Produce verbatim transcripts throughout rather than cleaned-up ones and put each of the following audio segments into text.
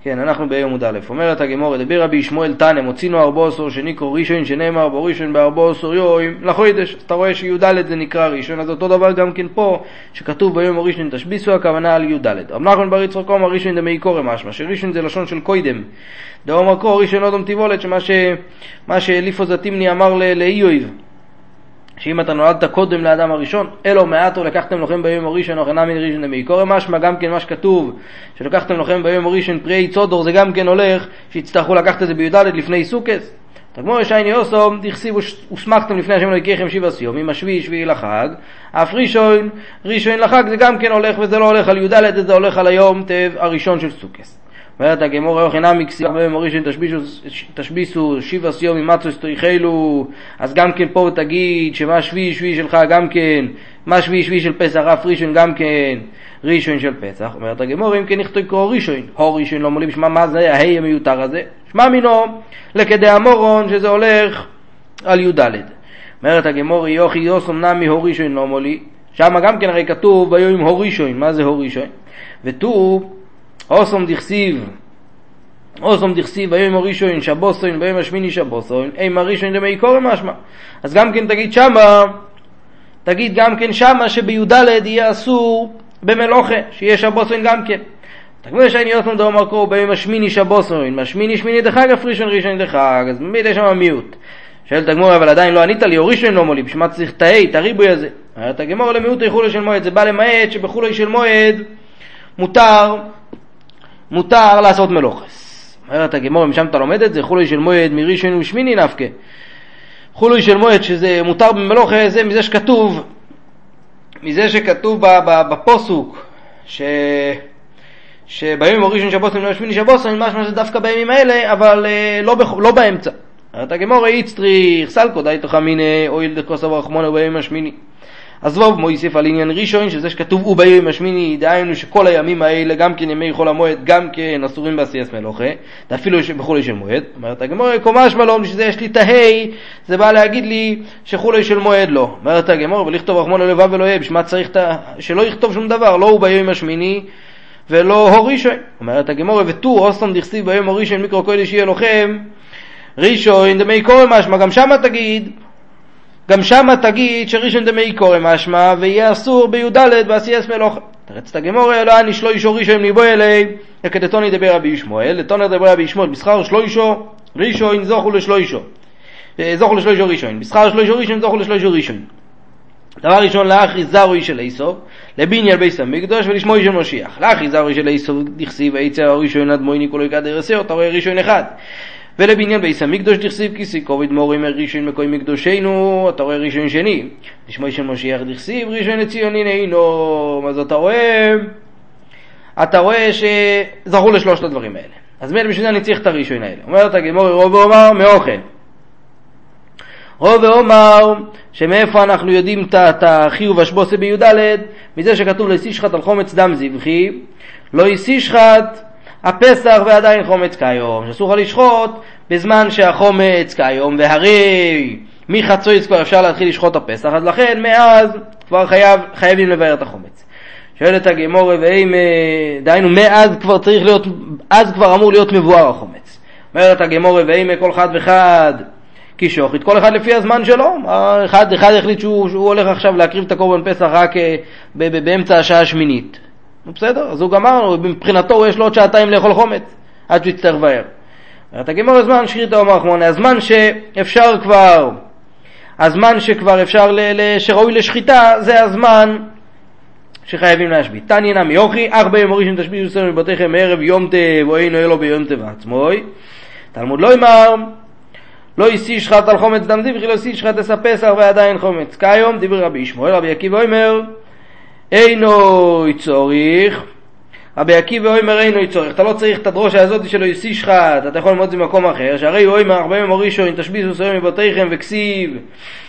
כן, אנחנו ביום עמוד א'. אומרת הגמרא, דבר רבי שמואל תנא, מוצינו ארבע עשרה שנקרא ראשון, שנאמר בו ראשון בארבע עשרה יום לחודש. אז אתה רואה שי"ד זה נקרא ראשון, אז אותו דבר גם כן פה, שכתוב ביום הראשון תשביסו, הכוונה על י"ד. רב נחמן בר יצחק אומר ראשון דמי קורא משמע, שראשון זה לשון של קוידם. דאמר קורא ראשון אדם תיבולת, שמה ש מה שאליפוז התימני אמר לאיוב, שאם אתה נולדת קודם לאדם הראשון, אלו מעטו לקחתם לכם ביום הראשון, אוכנה מן ראשון דמי קורא משמע, גם כן מה שכתוב, שלקחתם לכם ביום הראשון פרי צודור, זה גם כן הולך, שיצטרכו לקחת את זה בי"ד לפני סוכס. תגמור שייני אוסום, דכסיבו וסמכתם לפני השם לקייכם שבעה סיומים, השביעי שביעי לחג, אף ראשון, ראשון לחג זה גם כן הולך, וזה לא הולך על י"ד, זה הולך על היום טב הראשון של סוכס. אומרת הגמור אוכנה מקסיב ביום הראשון תשביסו שבעה סיומים מצו סתויכלו, אז גם כן פה תגיד שמה שביעי שביעי שלך גם כן, מה שביעי שביעי של פסח, אף ראשון גם כן ראשון של פסח. אומרת הגמור אם כן נכתוב קרוא ראשון, הו ראשון לא מולים, שמה מה זה ההי המיותר הזה, שמה מינו לכדי המורון שזה הולך על י"ד. אומרת הגמור יוכי יוסום נמי הו ראשון לא מולי, שם גם כן הרי כתוב ביום הו ראשון, מה זה הו ראשון? ותו אוסום דכסיב, אוסום דכסיב ביום הראשון שבוסון, ביום השמיני שבוסון, אימה ראשון דמי קורא משמע. אז גם כן תגיד שמה, תגיד גם כן שמה שבי"ד יהיה אסור במלוכה, שיהיה שבוסון גם כן. תגמור שאני אוסום דאמר קורא ביום השמיני שבוסון, השמיני שמיני דחג אף ראשון ראשון דחג, אז באמת יש שם מיעוט. שואל תגמור אבל עדיין לא ענית לי, או ראשון לא מולי, בשמה צריך תהי, את הריבוי הזה. תגמור למיעוט חולו של מועד, זה בא למעט שבחולו של מועד מותר מותר לעשות מלוכס. אומרת הגמרא, אם שם אתה לומד את זה, חולוי של מועד מראשון ושמיני נפקא. חולוי של מועד שזה מותר במלוכה, זה מזה שכתוב, מזה שכתוב בפוסוק, ש... שבימים הראשון שבוסון ושמיני שבוסון, משמע זה דווקא בימים האלה, אבל לא, בח... לא באמצע. אומרת הגמרא, איצטריך סלקו די תוכה מיני, אויל דקוס אבר חמונה בימים השמיני. אז רוב מויסף על עניין ראשון, שזה שכתוב הוא ביום השמיני, דהיינו שכל הימים האלה, גם כן ימי חול המועד, גם כן אסורים בעשיית מלוכה, אפילו בחולי של מועד. אומרת הגמרא, קומש מלום, שזה יש לי תהי, זה בא להגיד לי שחולי של מועד לא. אומרת הגמרא, ולכתוב רחמון הלבב ולא יהיה, בשמה צריך שלא יכתוב שום דבר, לא הוא ביום השמיני, ולא הו ראשון. אומרת הגמרא, ותו, אוסם דכסיב ביום הראשון, מיקרו קודש יהיה לכם, ראשון דמי קורא משמע, גם שמה תגיד, גם שמה תגיד שראשון דמי קורא משמע ויהיה אסור בי"ד בעשיית מלוכה. תרץ את הגמרא, לא אני שלוישו ראשון מבוא אלי, כדתוני דבר רבי שמואל, לתוני דבר רבי שמואל, בשכר שלוישו ראשון זוכו לשלוישו, זוכו לשלוישו ראשון, בשכר שלוישו ראשון זוכו לשלוישו ראשון. דבר ראשון, לאחריז זרוי של איסוב, לבניין בית המקדוש ולשמוי של משיח. לאחריז זרוי של איסוב דכסיב, היצר הראשון אדמויני כל יקדר עשר, אתה רואה ראשון אחד. ולבניין בית המקדוש דכסיב כיסי כובד מורים ראשון מקוי מקדושנו, אתה רואה ראשון שני. לשמוי של משיח דכסיב ראשון לציוני נהינו. אז אתה רואה, אתה רואה שזכו לשלושת הדברים האלה. אז מיד בשביל זה אני צריך את הראשון האלה. אומרת הגמרא, רוב ואומר מאוכל. רוב ואומר שמאיפה אנחנו יודעים את החיוב השבוסה בי"ד, מזה שכתוב לסישחת על חומץ דם זבחי, לא יסישחת הפסח ועדיין חומץ כיום, שאסור לשחוט בזמן שהחומץ כיום, והרי מחצויץ כבר אפשר להתחיל לשחוט הפסח, אז לכן מאז כבר חייב, חייבים לבאר את החומץ. שואלת הגמרא, ואם דהיינו מאז כבר צריך להיות, אז כבר אמור להיות מבואר החומץ. אומרת הגמרא, ואם כל אחד ואחד כי שוחט, כל אחד לפי הזמן שלו. אחד, אחד החליט שהוא, שהוא הולך עכשיו להקריב את הקורבן פסח רק באמצע השעה השמינית. בסדר, אז הוא גמר, מבחינתו יש לו עוד שעתיים לאכול חומץ, עד שהוא יצטרך לבאר. אתה גמר הזמן שחיטה אומר חמונה, הזמן שאפשר כבר, הזמן שכבר אפשר, ל- שראוי לשחיטה, זה הזמן שחייבים להשבית. תניא נמי יוכי, אך ביום הראשון תשביתו ישראל מבתיכם מערב יום טב, או אינו אלו ביום טב עצמוי. תלמוד לא אמר, לא יסי שחט על חומץ דם זבחי, לא יסי שחט עשה פסח ועדיין חומץ כיום. דיבר רבי שמואל, רבי עקיבא אומר, אינו צורך. רבי עקיבא אומר אינו צורך, אתה לא צריך את הדרושה הזאת שלא יסי שחט, אתה יכול ללמוד את זה במקום אחר, שהרי הוא אומר ארבעים יום הראשון תשביתו ישראל מבתיכם וכסיב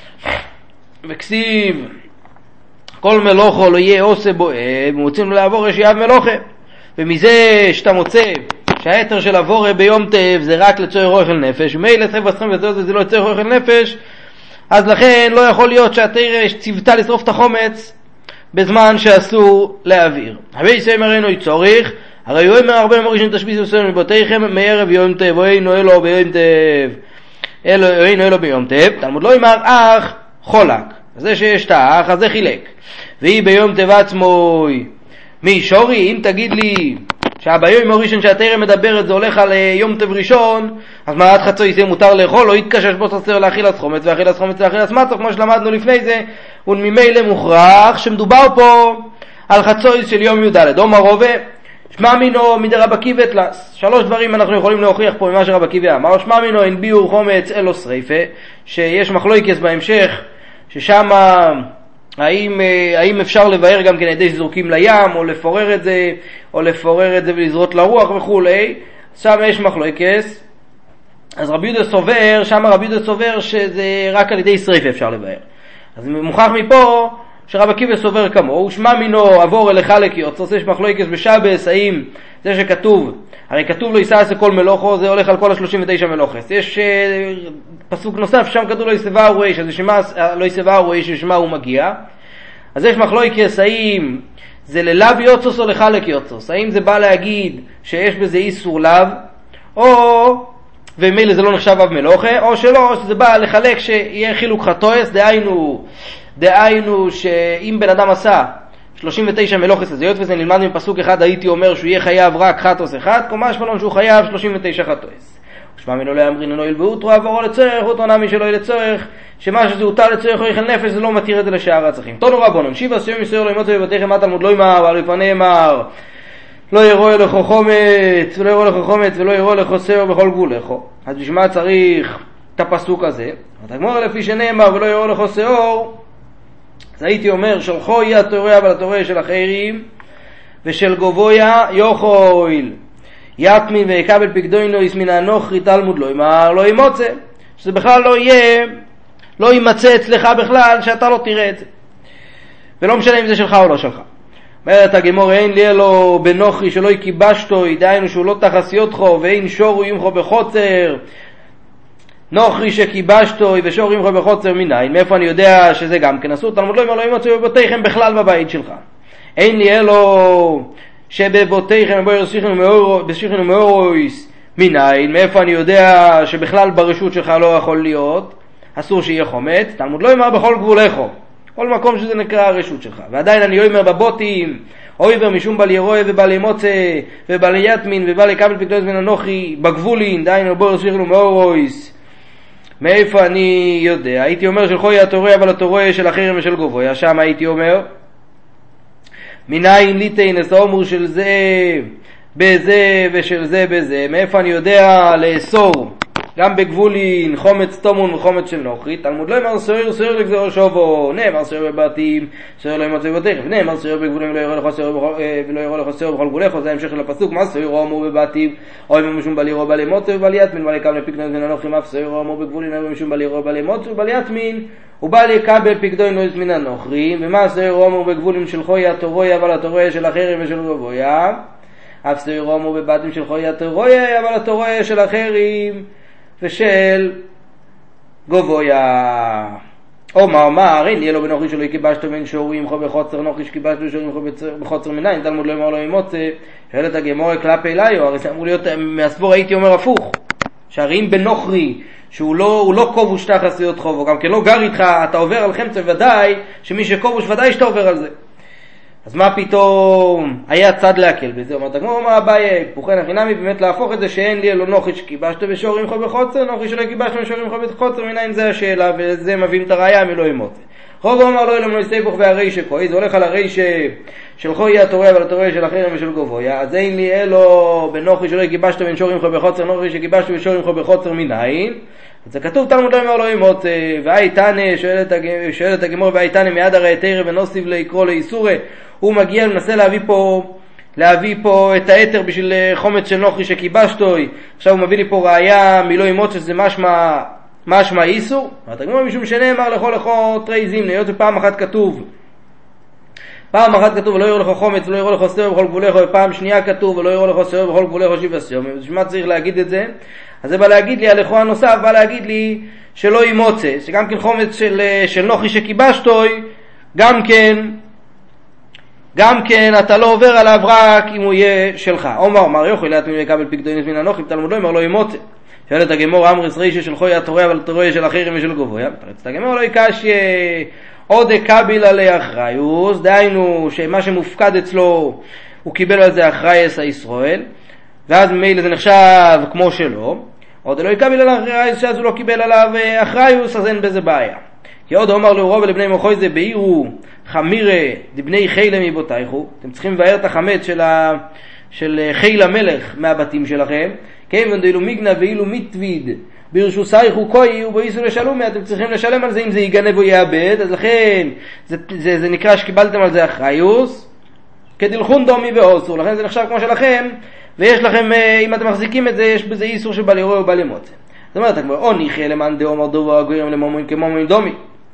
וכסיב כל מלוכו לא יהיה עושה בועב, ומוצאים לעבור ישיב מלוכה. ומזה שאתה מוצא שהיתר של עבור ביום טב זה רק לצורך אוכל נפש, ומילא צבע עשרים וזה זה לא לצורך אוכל נפש, אז לכן לא יכול להיות שהתרש צוותה לשרוף את החומץ בזמן שאסור להעביר. הבי ישראל מראינו צורך, הרי יום אומר הרבה יום ראשון תשביסו סלם מבתיכם מערב יום טב, ואינו אלו ביום טב, ואינו אלו ביום טב, תלמוד לא אמר אך חולק, זה שיש את האח, אז זה חילק, והיא ביום טב עצמו, מי שורי, אם תגיד לי, שהביום הראשון שהתרא מדברת זה הולך על יום טב ראשון, אז מה עד חצוי זה מותר לאכול, או יתקשש בו ססר לאכילת חומץ, ואכילת חומץ לאכילת מצות, כמו שלמדנו לפני זה, וממילא מוכרח שמדובר פה על חצוי של יום י"ד, אומר רובה, שמע מינו מדי רב עקיבא תלס. שלוש דברים אנחנו יכולים להוכיח פה ממה שרב עקיבא אמר. שמע מינו אין ביור חומץ אלו שריפה, שיש מחלוקת בהמשך, ששם האם, האם אפשר לבאר גם כן ידי שזורקים לים, או לפורר את זה, או לפורר את זה ולזרות לרוח וכולי. שם יש מחלוקת. אז רבי יהודה סובר, שם רבי יהודה סובר שזה רק על ידי שריפה אפשר לבאר. אז מוכח מפה שרב עקיבא סובר כמוהו, שמע מינו עבור אל חלק יוצא, יש מחלוקת בשבס, האם זה שכתוב, הרי כתוב לא יישא כל מלוכו, זה הולך על כל ה-שלושים ותשע מלוכס. יש uh, פסוק נוסף, שם כתוב לא יישא רויש, אז שמה, לא יישא רויש, ששמה הוא מגיע. אז יש מחלוקת, האם זה ללאו יוצא או לחלק יוצא, האם זה בא להגיד שיש בזה איסור לאו, או ומילא זה לא נחשב אב מלוכה, או שלא, שזה בא לחלק שיהיה חילוק חטויס, דהיינו, דהיינו שאם בן אדם עשה שלושים ותשע מלוכס הזיות, וזה נלמד מפסוק אחד, הייתי אומר שהוא יהיה חייב רק חטוס אחד, כלומר שמלון שהוא חייב שלושים ותשע חטויס. ושמע מינו לא יאמרין נועיל ואותרו עבורו לצורך, אותו נמי שלא יהיה לצורך, שמה שזה הוטל לצורך או יכל נפש, זה לא מתיר את זה לשאר הצרכים. תונו רבונם, שיבה סיום יסויר לא ימוצא בבתיכם, מה תלמוד לא יאמר, אבל לפני אמר, לא ירוא לכו חומץ, ולא ירוא לכו חומץ, ולא ירוא לכו סעור בכל גבול לכו. אז בשביל צריך את הפסוק הזה? התגמור לפי שנאמר, ולא ירוא לכו סעור, אז הייתי אומר, שלחו יהיה התורה אבל התורה של אחרים, ושל גבויה יוכויל. יתמין ויקבל פקדוינו יסמין הנוכרי תלמוד לא יאמר, לא ימוצא. שזה בכלל לא יהיה, לא יימצא אצלך בכלל, שאתה לא תראה את זה. ולא משנה אם זה שלך או לא שלך. אומרת הגמור, אין לי אלו בנוכרי שלא יקיבשתו, דהיינו שהוא לא תחסיותך, ואין שורו ימחו בחוצר, נוכרי שקיבשתו ושור ימחו בחוצר מניין. מאיפה אני יודע שזה גם כן אסור? תלמוד לא יאמר לא ימצאו בבותיכם בכלל בבית שלך. אין לי אלו שבבותיכם בשיכנו מאורויס מניין. מאיפה אני יודע שבכלל ברשות שלך לא יכול להיות? אסור שיהיה חומץ. תלמוד לא יאמר בכל גבולך, כל מקום שזה נקרא הרשות שלך. ועדיין אני אומר בבותים, אויבר משום בל ירוי ובל ימוצא ובל יתמין ובל יקבל פקדויס מן הנוכרי בגבולין, דהיינו בואו שיכנו מאורויס. מאיפה אני יודע? הייתי אומר שלחו יהיה התורה אבל התורה של אחרים ושל גבויה. שם הייתי אומר מניין ליטין אסאומר של זה בזה ושל זה בזה. מאיפה אני יודע לאסור גם בגבולין חומץ תומון וחומץ של נוכרי? תלמוד לא אמר סוער סוער לגזור שובו, נאמר סוער בבתים סוער לא ימצא בבתיך, נאמר סוער בגבולים ולא יראה לך סוער בכל גבולך. זה המשך של הפסוק, מה סוער אמור בבתים אוי משום בל יראה בל ימוצא ובל יתמין ובל יקבל פקדוינו מן הנוכרי. אף סוער אמור בגבולין אוי משום בל יראה בל ימוצא ובל יתמין ובל יקבל פקדוינו מן הנוכרי. ומה סוער אמור בגבולין של חוי התורה אבל התורה של אחרים ושל גבויה. אף סוער אמור בבתים של חוי התורה אבל התורה של אחרים ושל גבויה. אומר אמר אין לי אלו בנוכרי שלא יקיבשתו בין שורים חו בחוצר, נוכרי שקיבשתו בשורים חו בחוצר מניין. תלמוד לא אמר לא ימוצא. שואלת הגמורה כלפי אליו, הרי זה אמור להיות מהסבור הייתי אומר הפוך, שהרי אם בנוכרי שהוא לא, הוא לא כובוש תחסיות חוב, או גם כן לא גר איתך, אתה עובר על חמצה, ודאי שמי שכובוש ודאי שאתה עובר על זה. אז מה פתאום היה צד להקל בזה? אומרת הגמור, מה הבעיה? פוכן החינמי באמת להפוך את זה שאין לי אלו נוכרי שקיבשת בשורים חו בחוצר, נוכרי שלא קיבשת בשורים חו בחוצר מניין. זה השאלה, וזה מבין את הראיה מלא ימוצא. רוב אמר לא אלו מלסייבוך והרי שכוי, זה הולך על הרי שלחו יהיה התורה אבל התורה של אחרים ושל גבויה. אז אין לי אלו בנוכרי שלא קיבשת בין שורים חו בחוצר, נוכרי שקיבשת בשורים חו בחוצר מניין. אז זה כתוב תלמוד לא אמר לא ימוצא. והי תנא, שואלת הגמור, והי תנא מיד הרי תרא ונוסיף לקרוא לאיסורה. הוא מגיע ומנסה להביא פה להביא פה את היתר בשביל חומץ של נוכרי שקיבשתו. עכשיו הוא מביא לי פה ראיה מלא ימוצא שזה משמע משמע איסור. התגמור משום שנאמר לכל לכו תרי זימנה, היות ופעם אחת כתוב פעם אחת כתוב ולא יראו לך חומץ ולא יראו לך סעור בכל גבולך, ופעם שנייה כתוב ולא יראו לך סעור בכל גבולך שבעה סיום. בשביל מה צריך להגיד את זה? אז זה בא להגיד לי, הלכו הנוסף בא להגיד לי שלא ימוצא, שגם כן חומץ של, של נוכרי שקיבשתו גם כן גם כן אתה לא עובר עליו רק אם הוא יהיה שלך. אומר, אמר יוכל להתמיד ויקבל פקדונית מן הנוחים, תלמוד לא אמר לא ימוצא. שואלת הגמור, אמרס רישא של חוי התורה, אבל תורה של אחרים ושל גבוה. תרצת הגמור לא יקשי עוד קביל עלי אחריוס, דהיינו שמה שמופקד אצלו הוא קיבל על זה אחרייס הישראל, ואז ממילא זה נחשב כמו שלו. עוד לא יקביל על אחרייס שאז הוא לא קיבל עליו אחרייוס, אז אין בזה בעיה. כי עוד אומר לאורוב ולבני מחוי זה בעירו חמירה דבני חילה מבותייכו, אתם צריכים לבאר את החמץ של, ה... של חיל המלך מהבתים שלכם, כיוון דאילו מיגנה ואילו מתוויד בירשו סייכו קוי ובאיסו לשלומי, אתם צריכים לשלם על זה אם זה ייגנב או יאבד, אז לכן זה, זה, זה נקרא שקיבלתם על זה אחריוס כדלחון דומי ואוסור, לכן זה נחשב כמו שלכם, ויש לכם, אם אתם מחזיקים את זה, יש בזה איסור של בעל ירוי ובעל ימוצא. זאת אומרת, כמו או ניחא למאן דאמר דובר הגויים למומין כמומין דומי,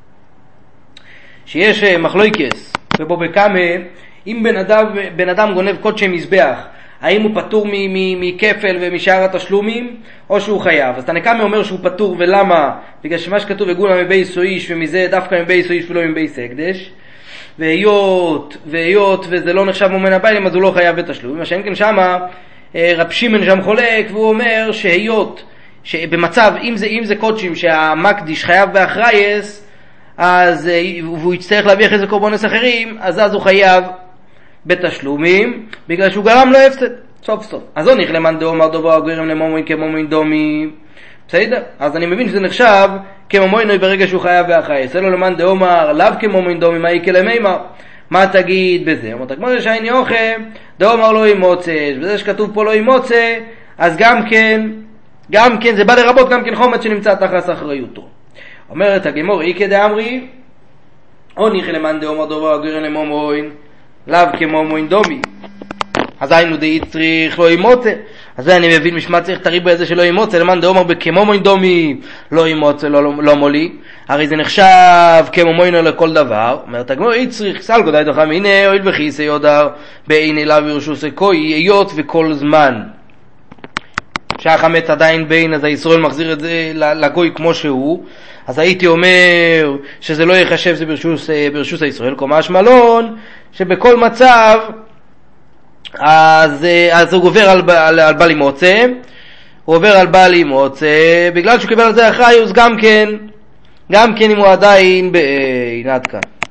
שיש מחלוקס ובו בכמה, אם בן אדם, בן אדם גונב קודשי מזבח, האם הוא פטור מכפל ומשאר התשלומים, או שהוא חייב? אז תנקמה אומר שהוא פטור, ולמה? בגלל שמה שכתוב וגולה מבייס או איש, ומזה דווקא מבייס או איש ולא מבייס הקדש, והיות, והיות, וזה לא נחשב מומן הביילים, אז הוא לא חייב בתשלומים. מה שאין כן שמה, רב שמעון שם חולק, והוא אומר שהיות, שבמצב, אם זה, אם זה קודשים שהמקדיש חייב באחרייס, אז והוא יצטרך להביא אחרי זה קורבנס אחרים, אז אז הוא חייב בתשלומים, בגלל שהוא גרם לו הפסד, סוף סוף. אז לא נכלה למאן דאמר דובר הגויים למומין כמומין דומי, בסדר? אז אני מבין שזה נחשב כמומין ברגע שהוא חייב באחרייס. אלא למאן דאמר לאו כמומין דומי, מה יקלה מימר? מה תגיד בזה? אומרת, כמו זה שהייני אוכל, דאמר לא ימוצא, וזה שכתוב פה לא ימוצא, אז גם כן, גם כן, זה בא לרבות גם כן חומץ שנמצא תחת אחריותו. אומרת הגמור, איקא דאמרי, או נכלה למאן דאמר דובר הגויים למומין, לאו כמומין דומי, אז היינו די צריך לא ימוצא. אז אני מבין משמע צריך תריב באיזה שלא ימוצא, למאן דאמר בכמומין דומי לא ימוצא, לא, לא, לא מולי, הרי זה נחשב כמומין לכל דבר. אומרת הגמור, אי צריך סל גודאי דוחם, הנה אוהל וכיסא יודר בעיני לאו ירשו סקוי, היות וכל זמן שהחמץ עדיין בין, אז הישראל מחזיר את זה לגוי כמו שהוא, אז הייתי אומר שזה לא יחשב, זה ברשוס, ברשוס הישראל, כמו השמלון, שבכל מצב אז, אז הוא עובר על, על, על בעל ימוצא, הוא עובר על בעל ימוצא, בגלל שהוא קיבל על זה אחריוס גם כן, גם כן אם הוא עדיין בעין. עד כאן.